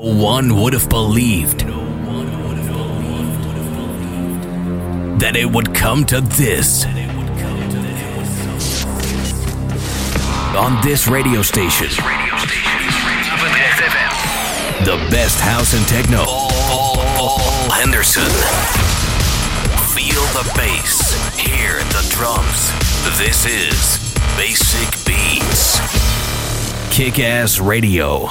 one would have believed that it would come to this. On this radio station, the best house and techno. Paul Henderson. Feel the bass, hear the drums. This is Basic Beats. Kick-Ass Radio.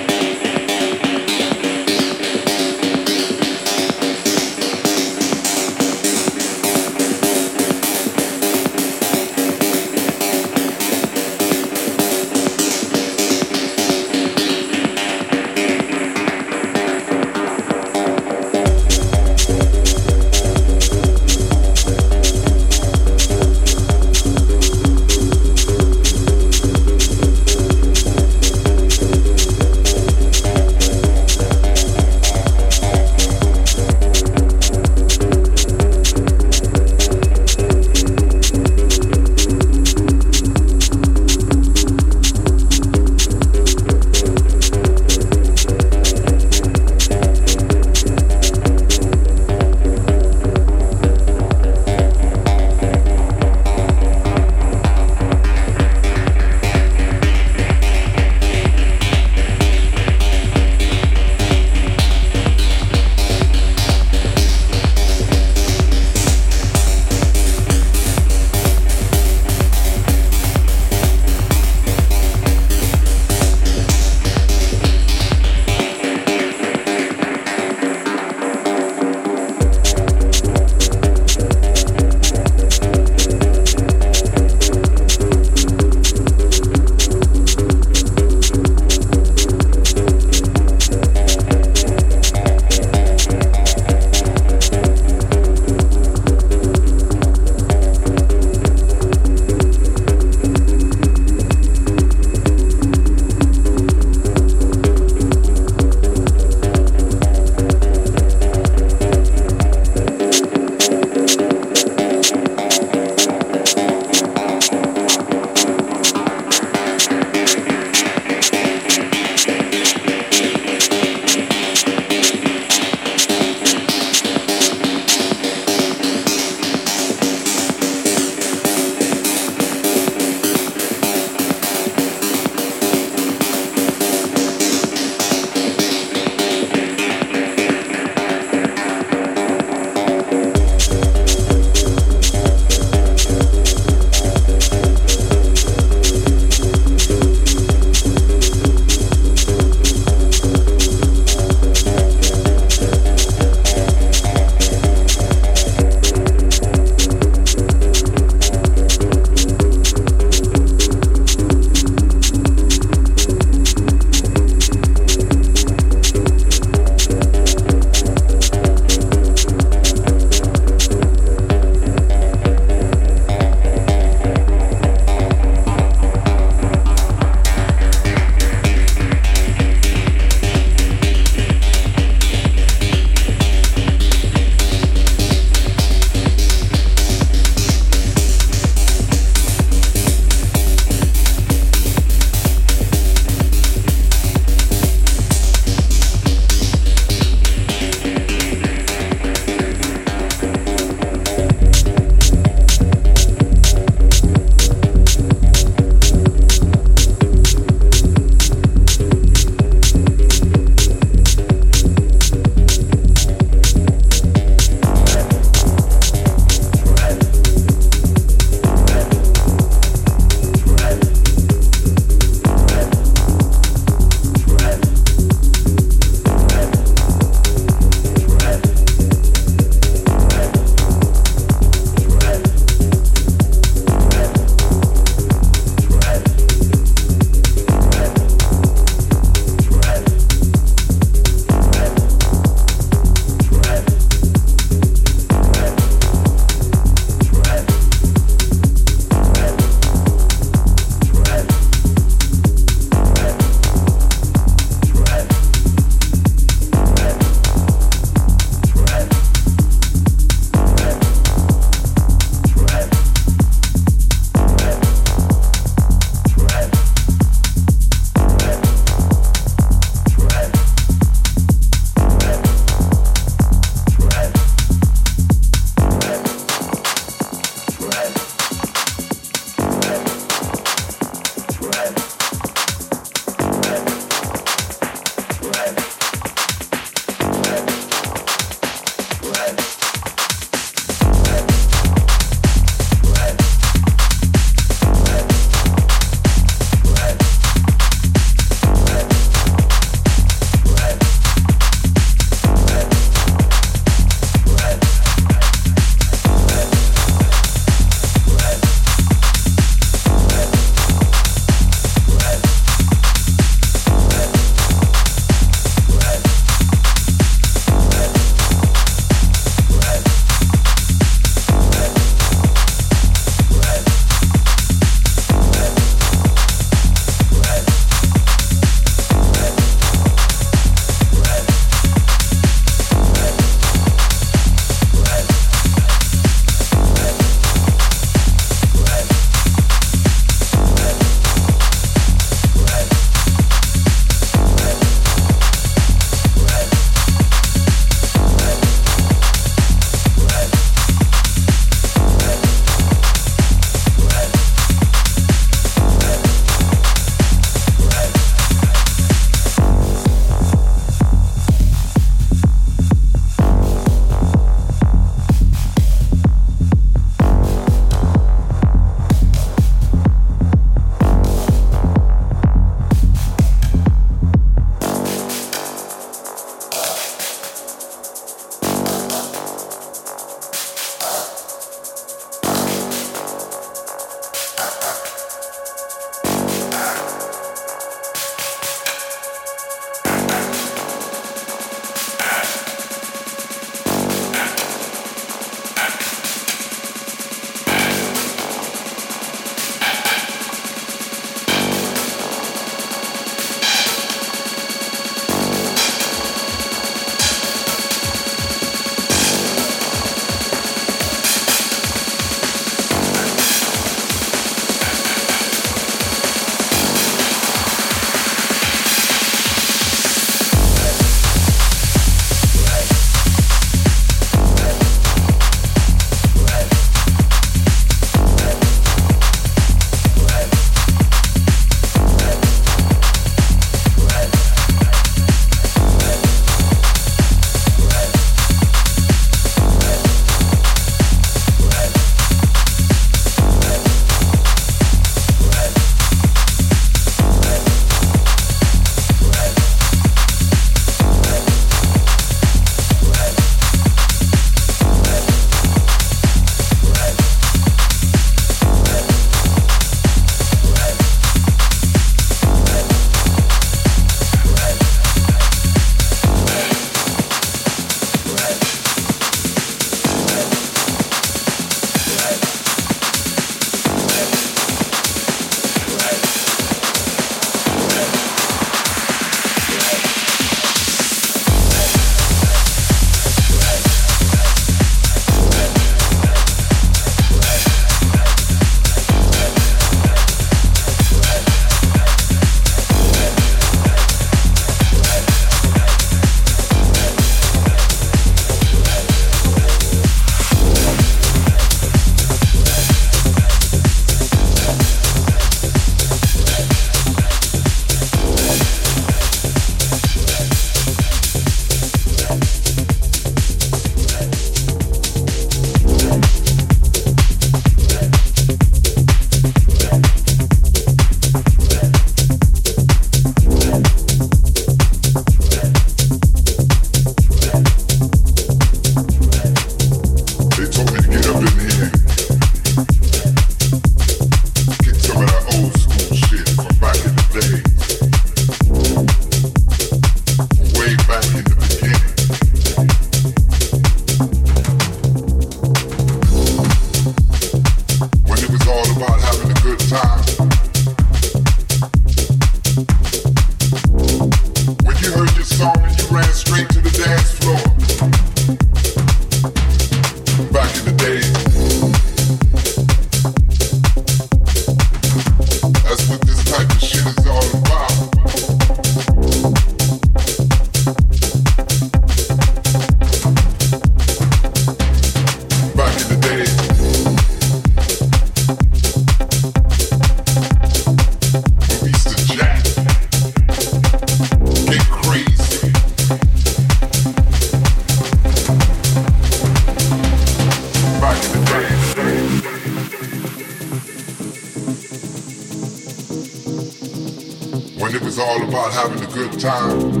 is all about having a good time.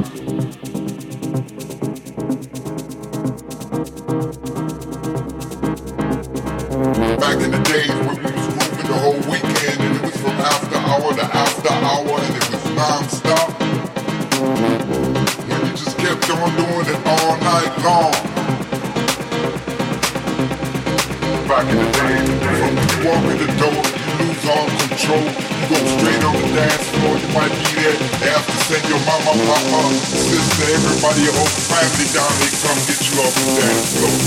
Back in the days when we was grooving the whole weekend, and it was from after hour to after hour, and it was non-stop. When you just kept on doing it all night long. Back in the days, from when you walk in the door, you lose all control. You go straight on the dance floor, you might be there. They have to send your mama, papa, sister, everybody, your whole family down here come get you off the dance floor.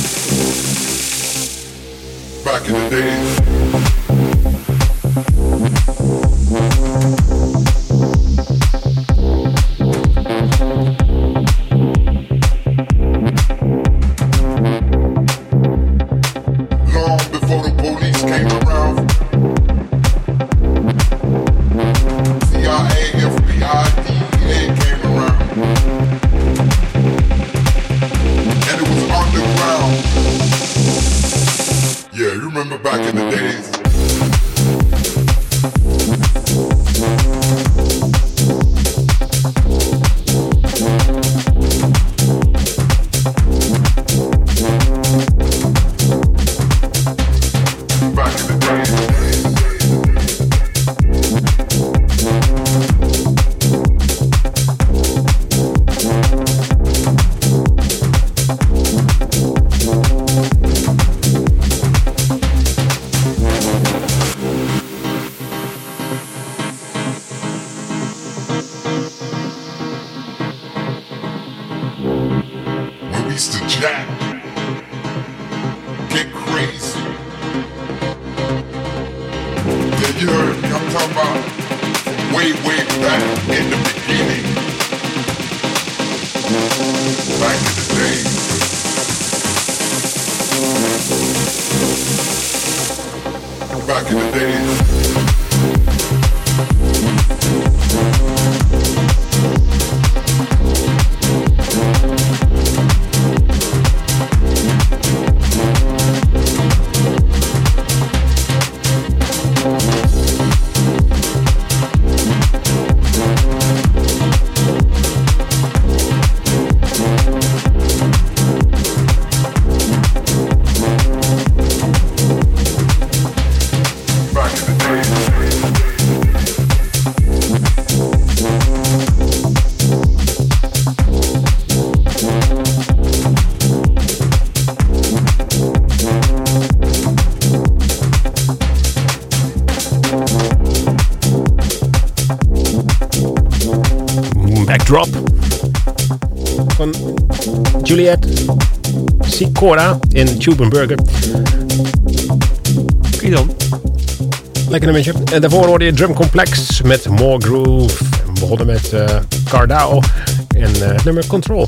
Back in the days. Drop van Juliet Sikora in Tube Burger. Kun je dan? Lekker nummertje. En daarvoor hoorde je Drum Complex met More Groove. We begonnen met Cardao en het nummer Control.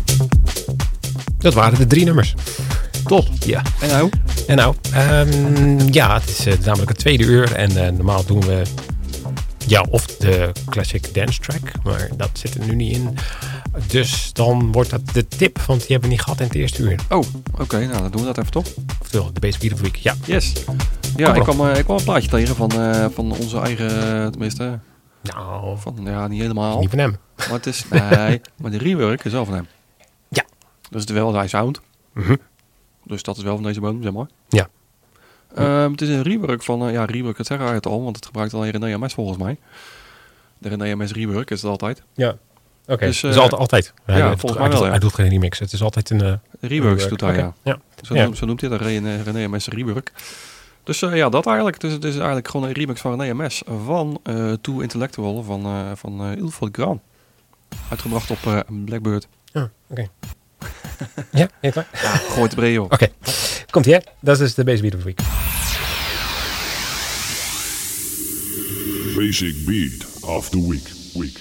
Dat waren de 3 nummers. Top. Ja. En nou? Ja, het is namelijk het tweede uur en normaal doen we of de classic dance track, maar dat zit er nu niet in. Dus dan wordt dat de tip, want die hebben we niet gehad in het eerste uur. Oh, oké, nou dan doen we dat even toch? Oftewel, de Basic Beat of the Week, ja. Yes. Ja, ik kwam een plaatje tegen van onze eigen, tenminste. Nou, niet helemaal. Niet van hem. Maar het is, nee, maar de rework is wel van hem. Ja. Dus het is wel zijn sound. Mm-hmm. Dus dat is wel van deze boom, zeg maar. Ja. Het is een rework van, rework, het zeggen het al, want het gebruikt al René MS volgens mij. De René MS rework is het altijd. Ja. Oké, dus, is altijd. Volgens mij wel, Hij doet geen remix, het is altijd een reworks doet hij, okay. ja. Zo noemt hij dat, René MS rework. Dus dat eigenlijk. Dus het is eigenlijk gewoon een remix van René MS van Too Intellectual van Ilford Graan. Uitgebracht op Blackbird. Oh, oké. Ja, even waar? Ja, gooi het breed op. Oké, komt-ie hè? Dat is de Basic Beat of the Week. Basic Beat of the Week. Week.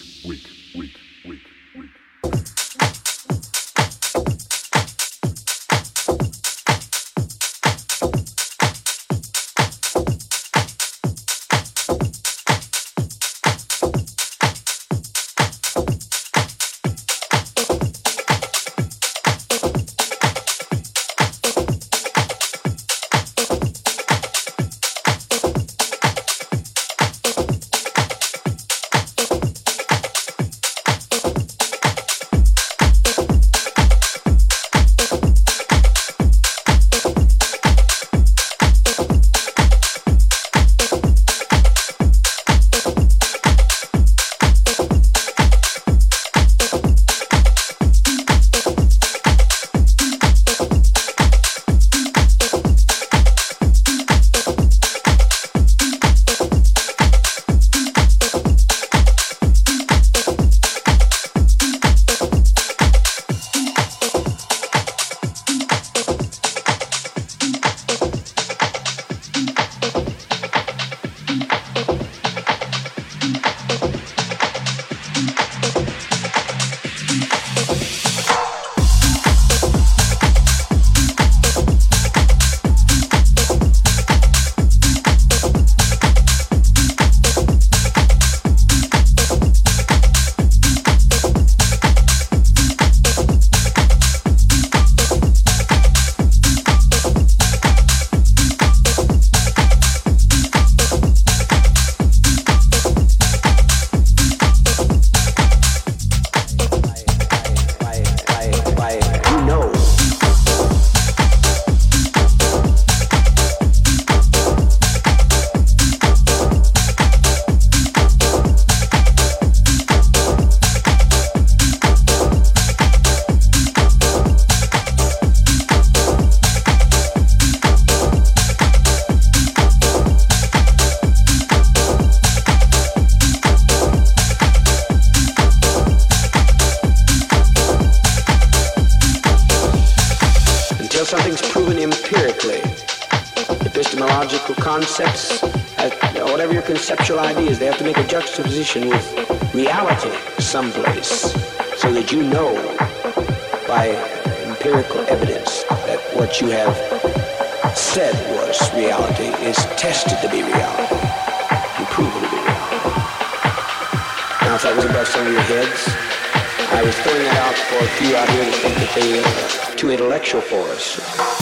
until something's proven empirically. Epistemological concepts, whatever your conceptual ideas, they have to make a juxtaposition with reality someplace so that you know by empirical evidence that what you have said was reality is tested to be reality and proven to be reality. Now, if that was above some of your heads, I was throwing that out for a few out here to think that they are too intellectual for us.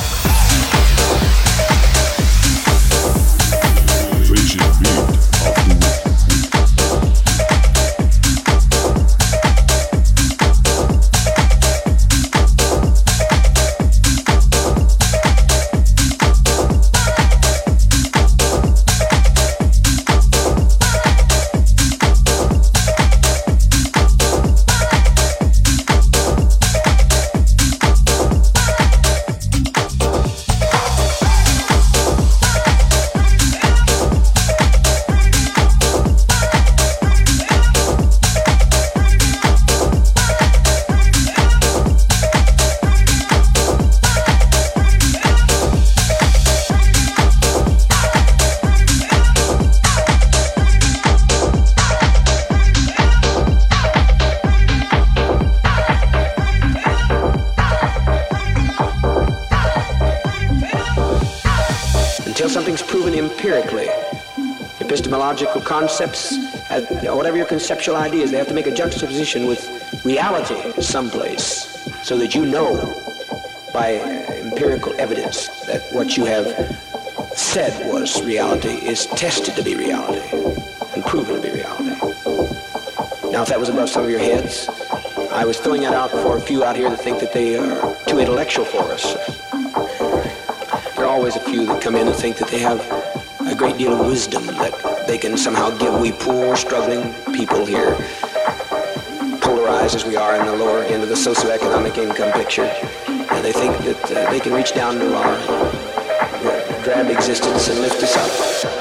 Epistemological concepts, whatever your conceptual ideas, they have to make a juxtaposition with reality someplace so that you know by empirical evidence that what you have said was reality is tested to be reality and proven to be reality. Now, if that was above some of your heads, I was throwing that out for a few out here that think that they are too intellectual for us. There are always a few that come in and think that they have a great deal of wisdom that they can somehow give we poor, struggling people here, polarized as we are in the lower end of the socioeconomic income picture. And they think that they can reach down to our drab existence and lift us up.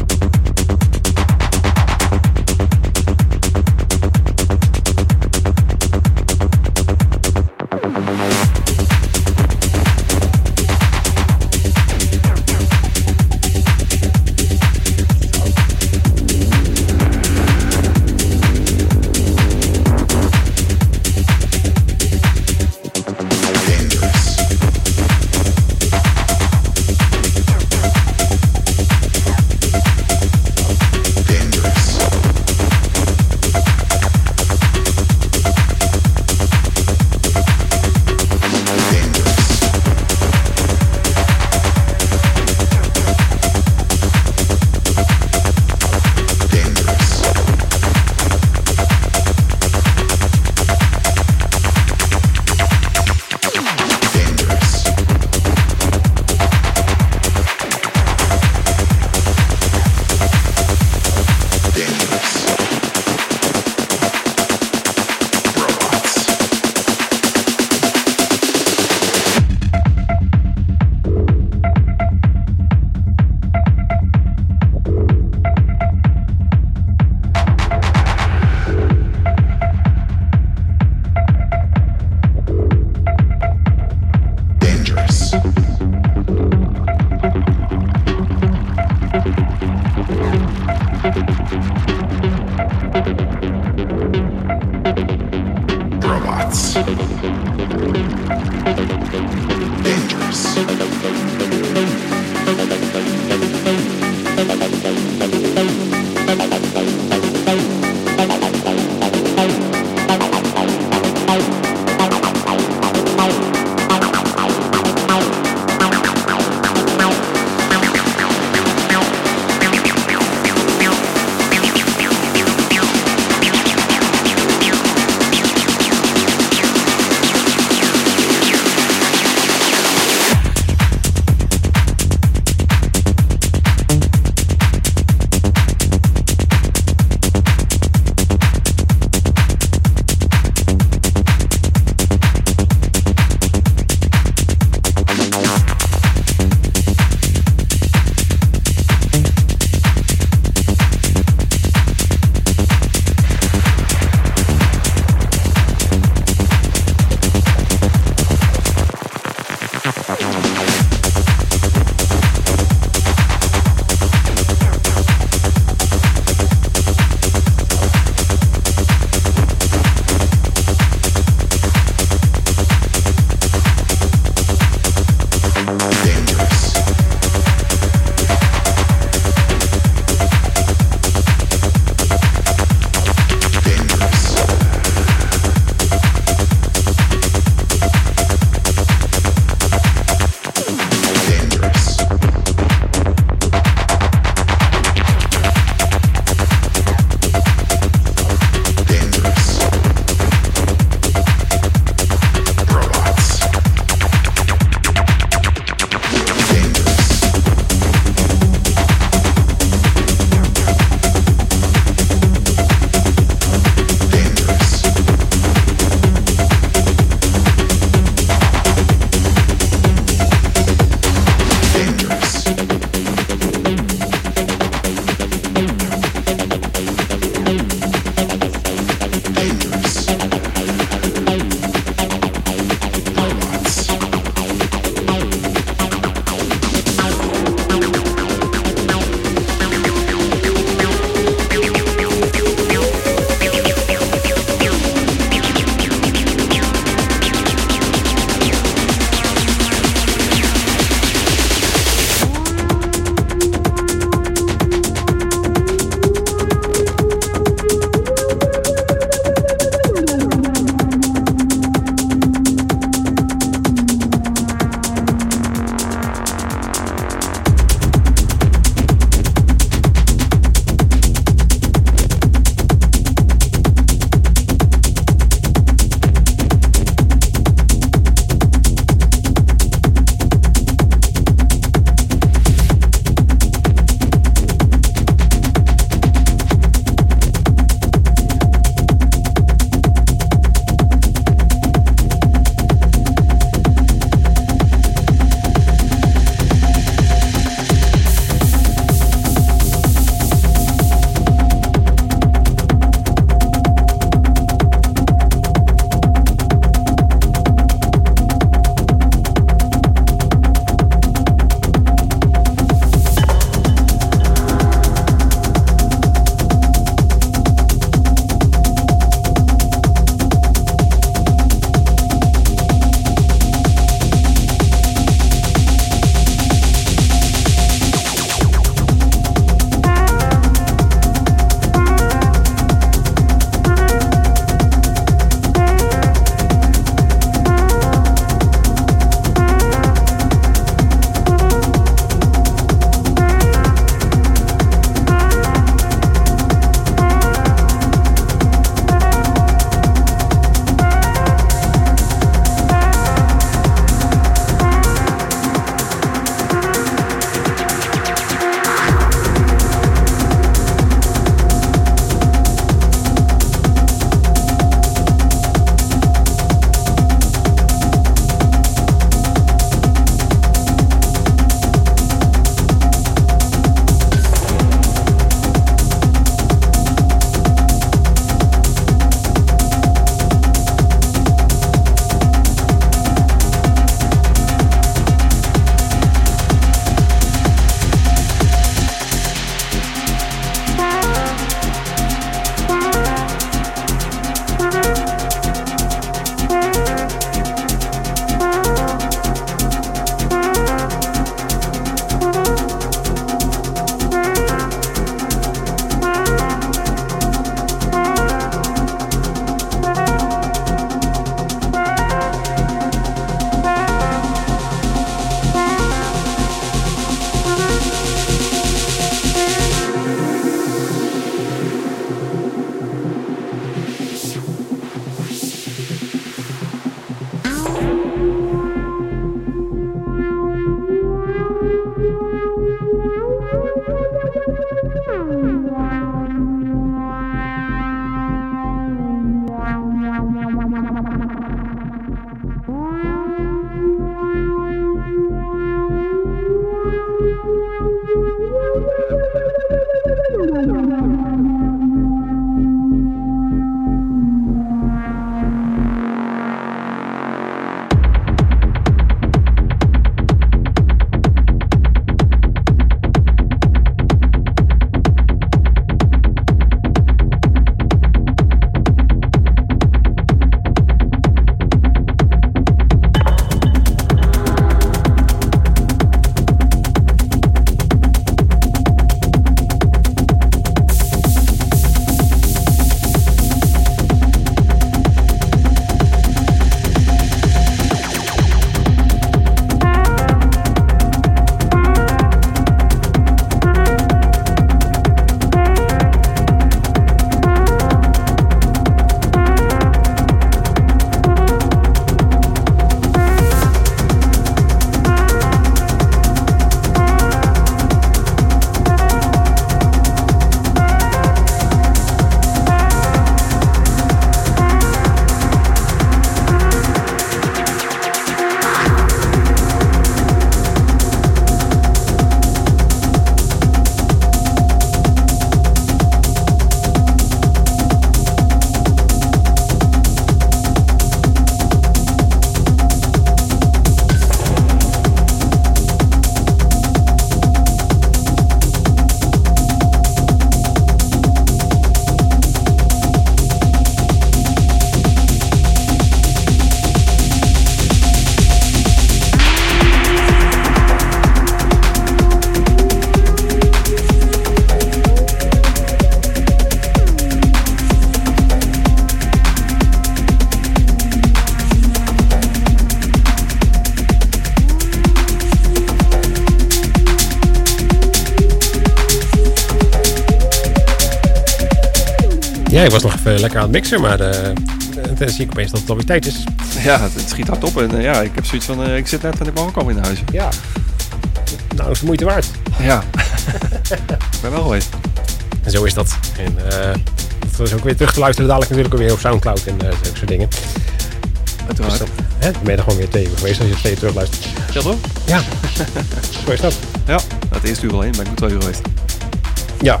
Ja, ik was nog even lekker aan het mixen, maar dan zie ik opeens dat het alweer tijd is. Ja, het schiet hard op. En ik heb zoiets van, ik zit net en ik mag ook alweer naar huis. Ja. Nou, is de moeite waard. Ja. Ik ben wel geweest. En zo is dat. En dat is ook weer terug te luisteren dadelijk natuurlijk ook weer op Soundcloud en zulke soort dingen. Uiteraard. Dus dan ben je er gewoon weer tegen geweest als je het tegen terugluistert. Ja, toch? Ja. Zo is dat. Ja, het eerste uur alleen ben ik 2 uur geweest. Ja.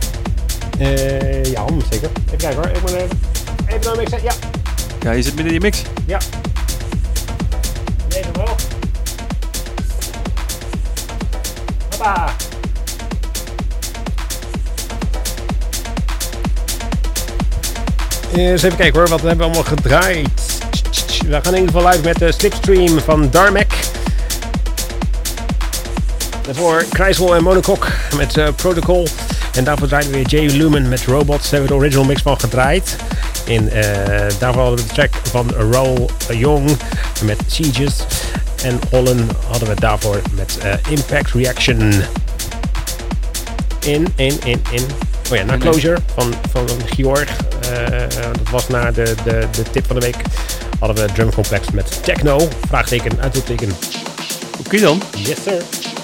Ja, zeker. Even kijken hoor. Ik moet even naar mixen. Ja. Ja, je zit midden in je mix. Ja. Nee, nog wel. Hoppa. Eens even kijken hoor, wat hebben we allemaal gedraaid? We gaan in ieder geval uit met de Slipstream van Darmek. Daarvoor Kreisel en Monokok met Protocol. En daarvoor draaiden we weer Jay Lumen met Robots. Daar hebben we de original mix van gedraaid. Daarvoor hadden we de track van Raoul Young met Sieges. En Holland hadden we daarvoor met Impact Reaction. Oh ja, naar Closure van Georg. Dat was na de tip van de week. Hadden we Drum Complex met Techno. Vraagteken, uitroepteken. Oké dan. Yes sir.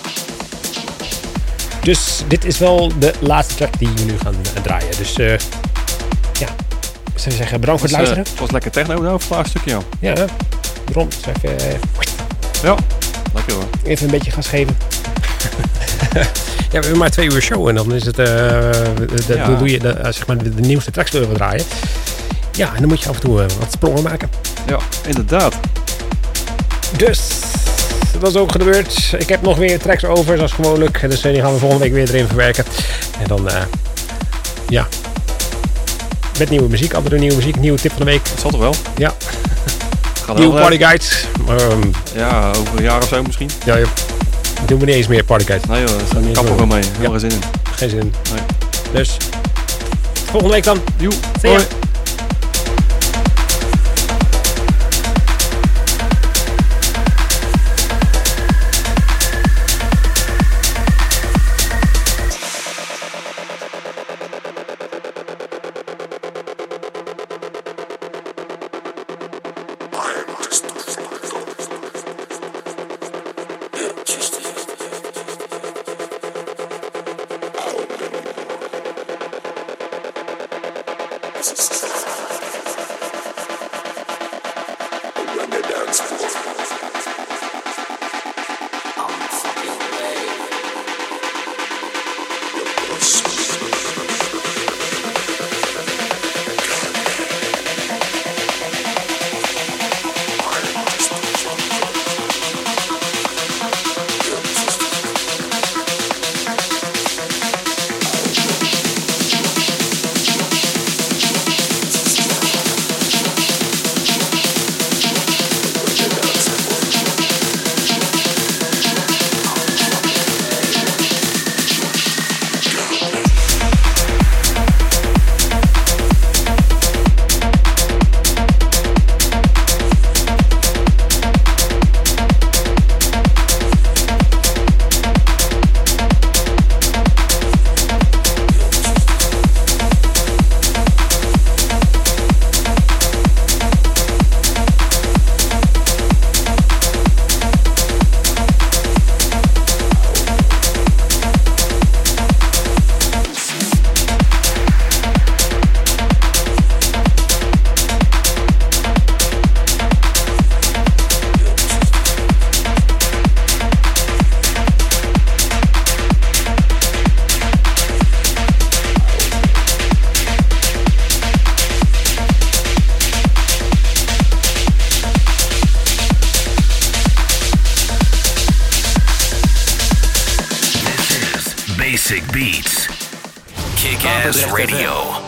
Dus dit is wel de laatste track die we nu gaan draaien. Dus ja, ik zou zeggen bedankt voor het luisteren. Het was lekker techno nou, een paar stukje. Ja, daarom. Dus even, ja, lekker hoor. Even een beetje gas geven. Ja, we hebben maar 2 uur show en dan is het, dan doe je zeg maar de nieuwste tracks willen draaien. Ja, en dan moet je af en toe wat sprongen maken. Ja, inderdaad. Dus, dat was ook gebeurd. Ik heb nog weer tracks over, zoals gewoonlijk. Dus die gaan we volgende week weer erin verwerken. En dan, ja. Met nieuwe muziek, altijd een nieuwe muziek, nieuwe tip van de week. Dat zal toch wel? Ja. Nieuwe party guides. Ja, over een jaar of zo misschien. Ja, joh. Doen we niet eens meer party guides. Nee joh, dat kappen we gewoon mee. Helemaal geen zin in. Geen zin in. Nee. Dus, volgende week dan. Joe, hoi. Basic Beats. Kick-Ass Radio.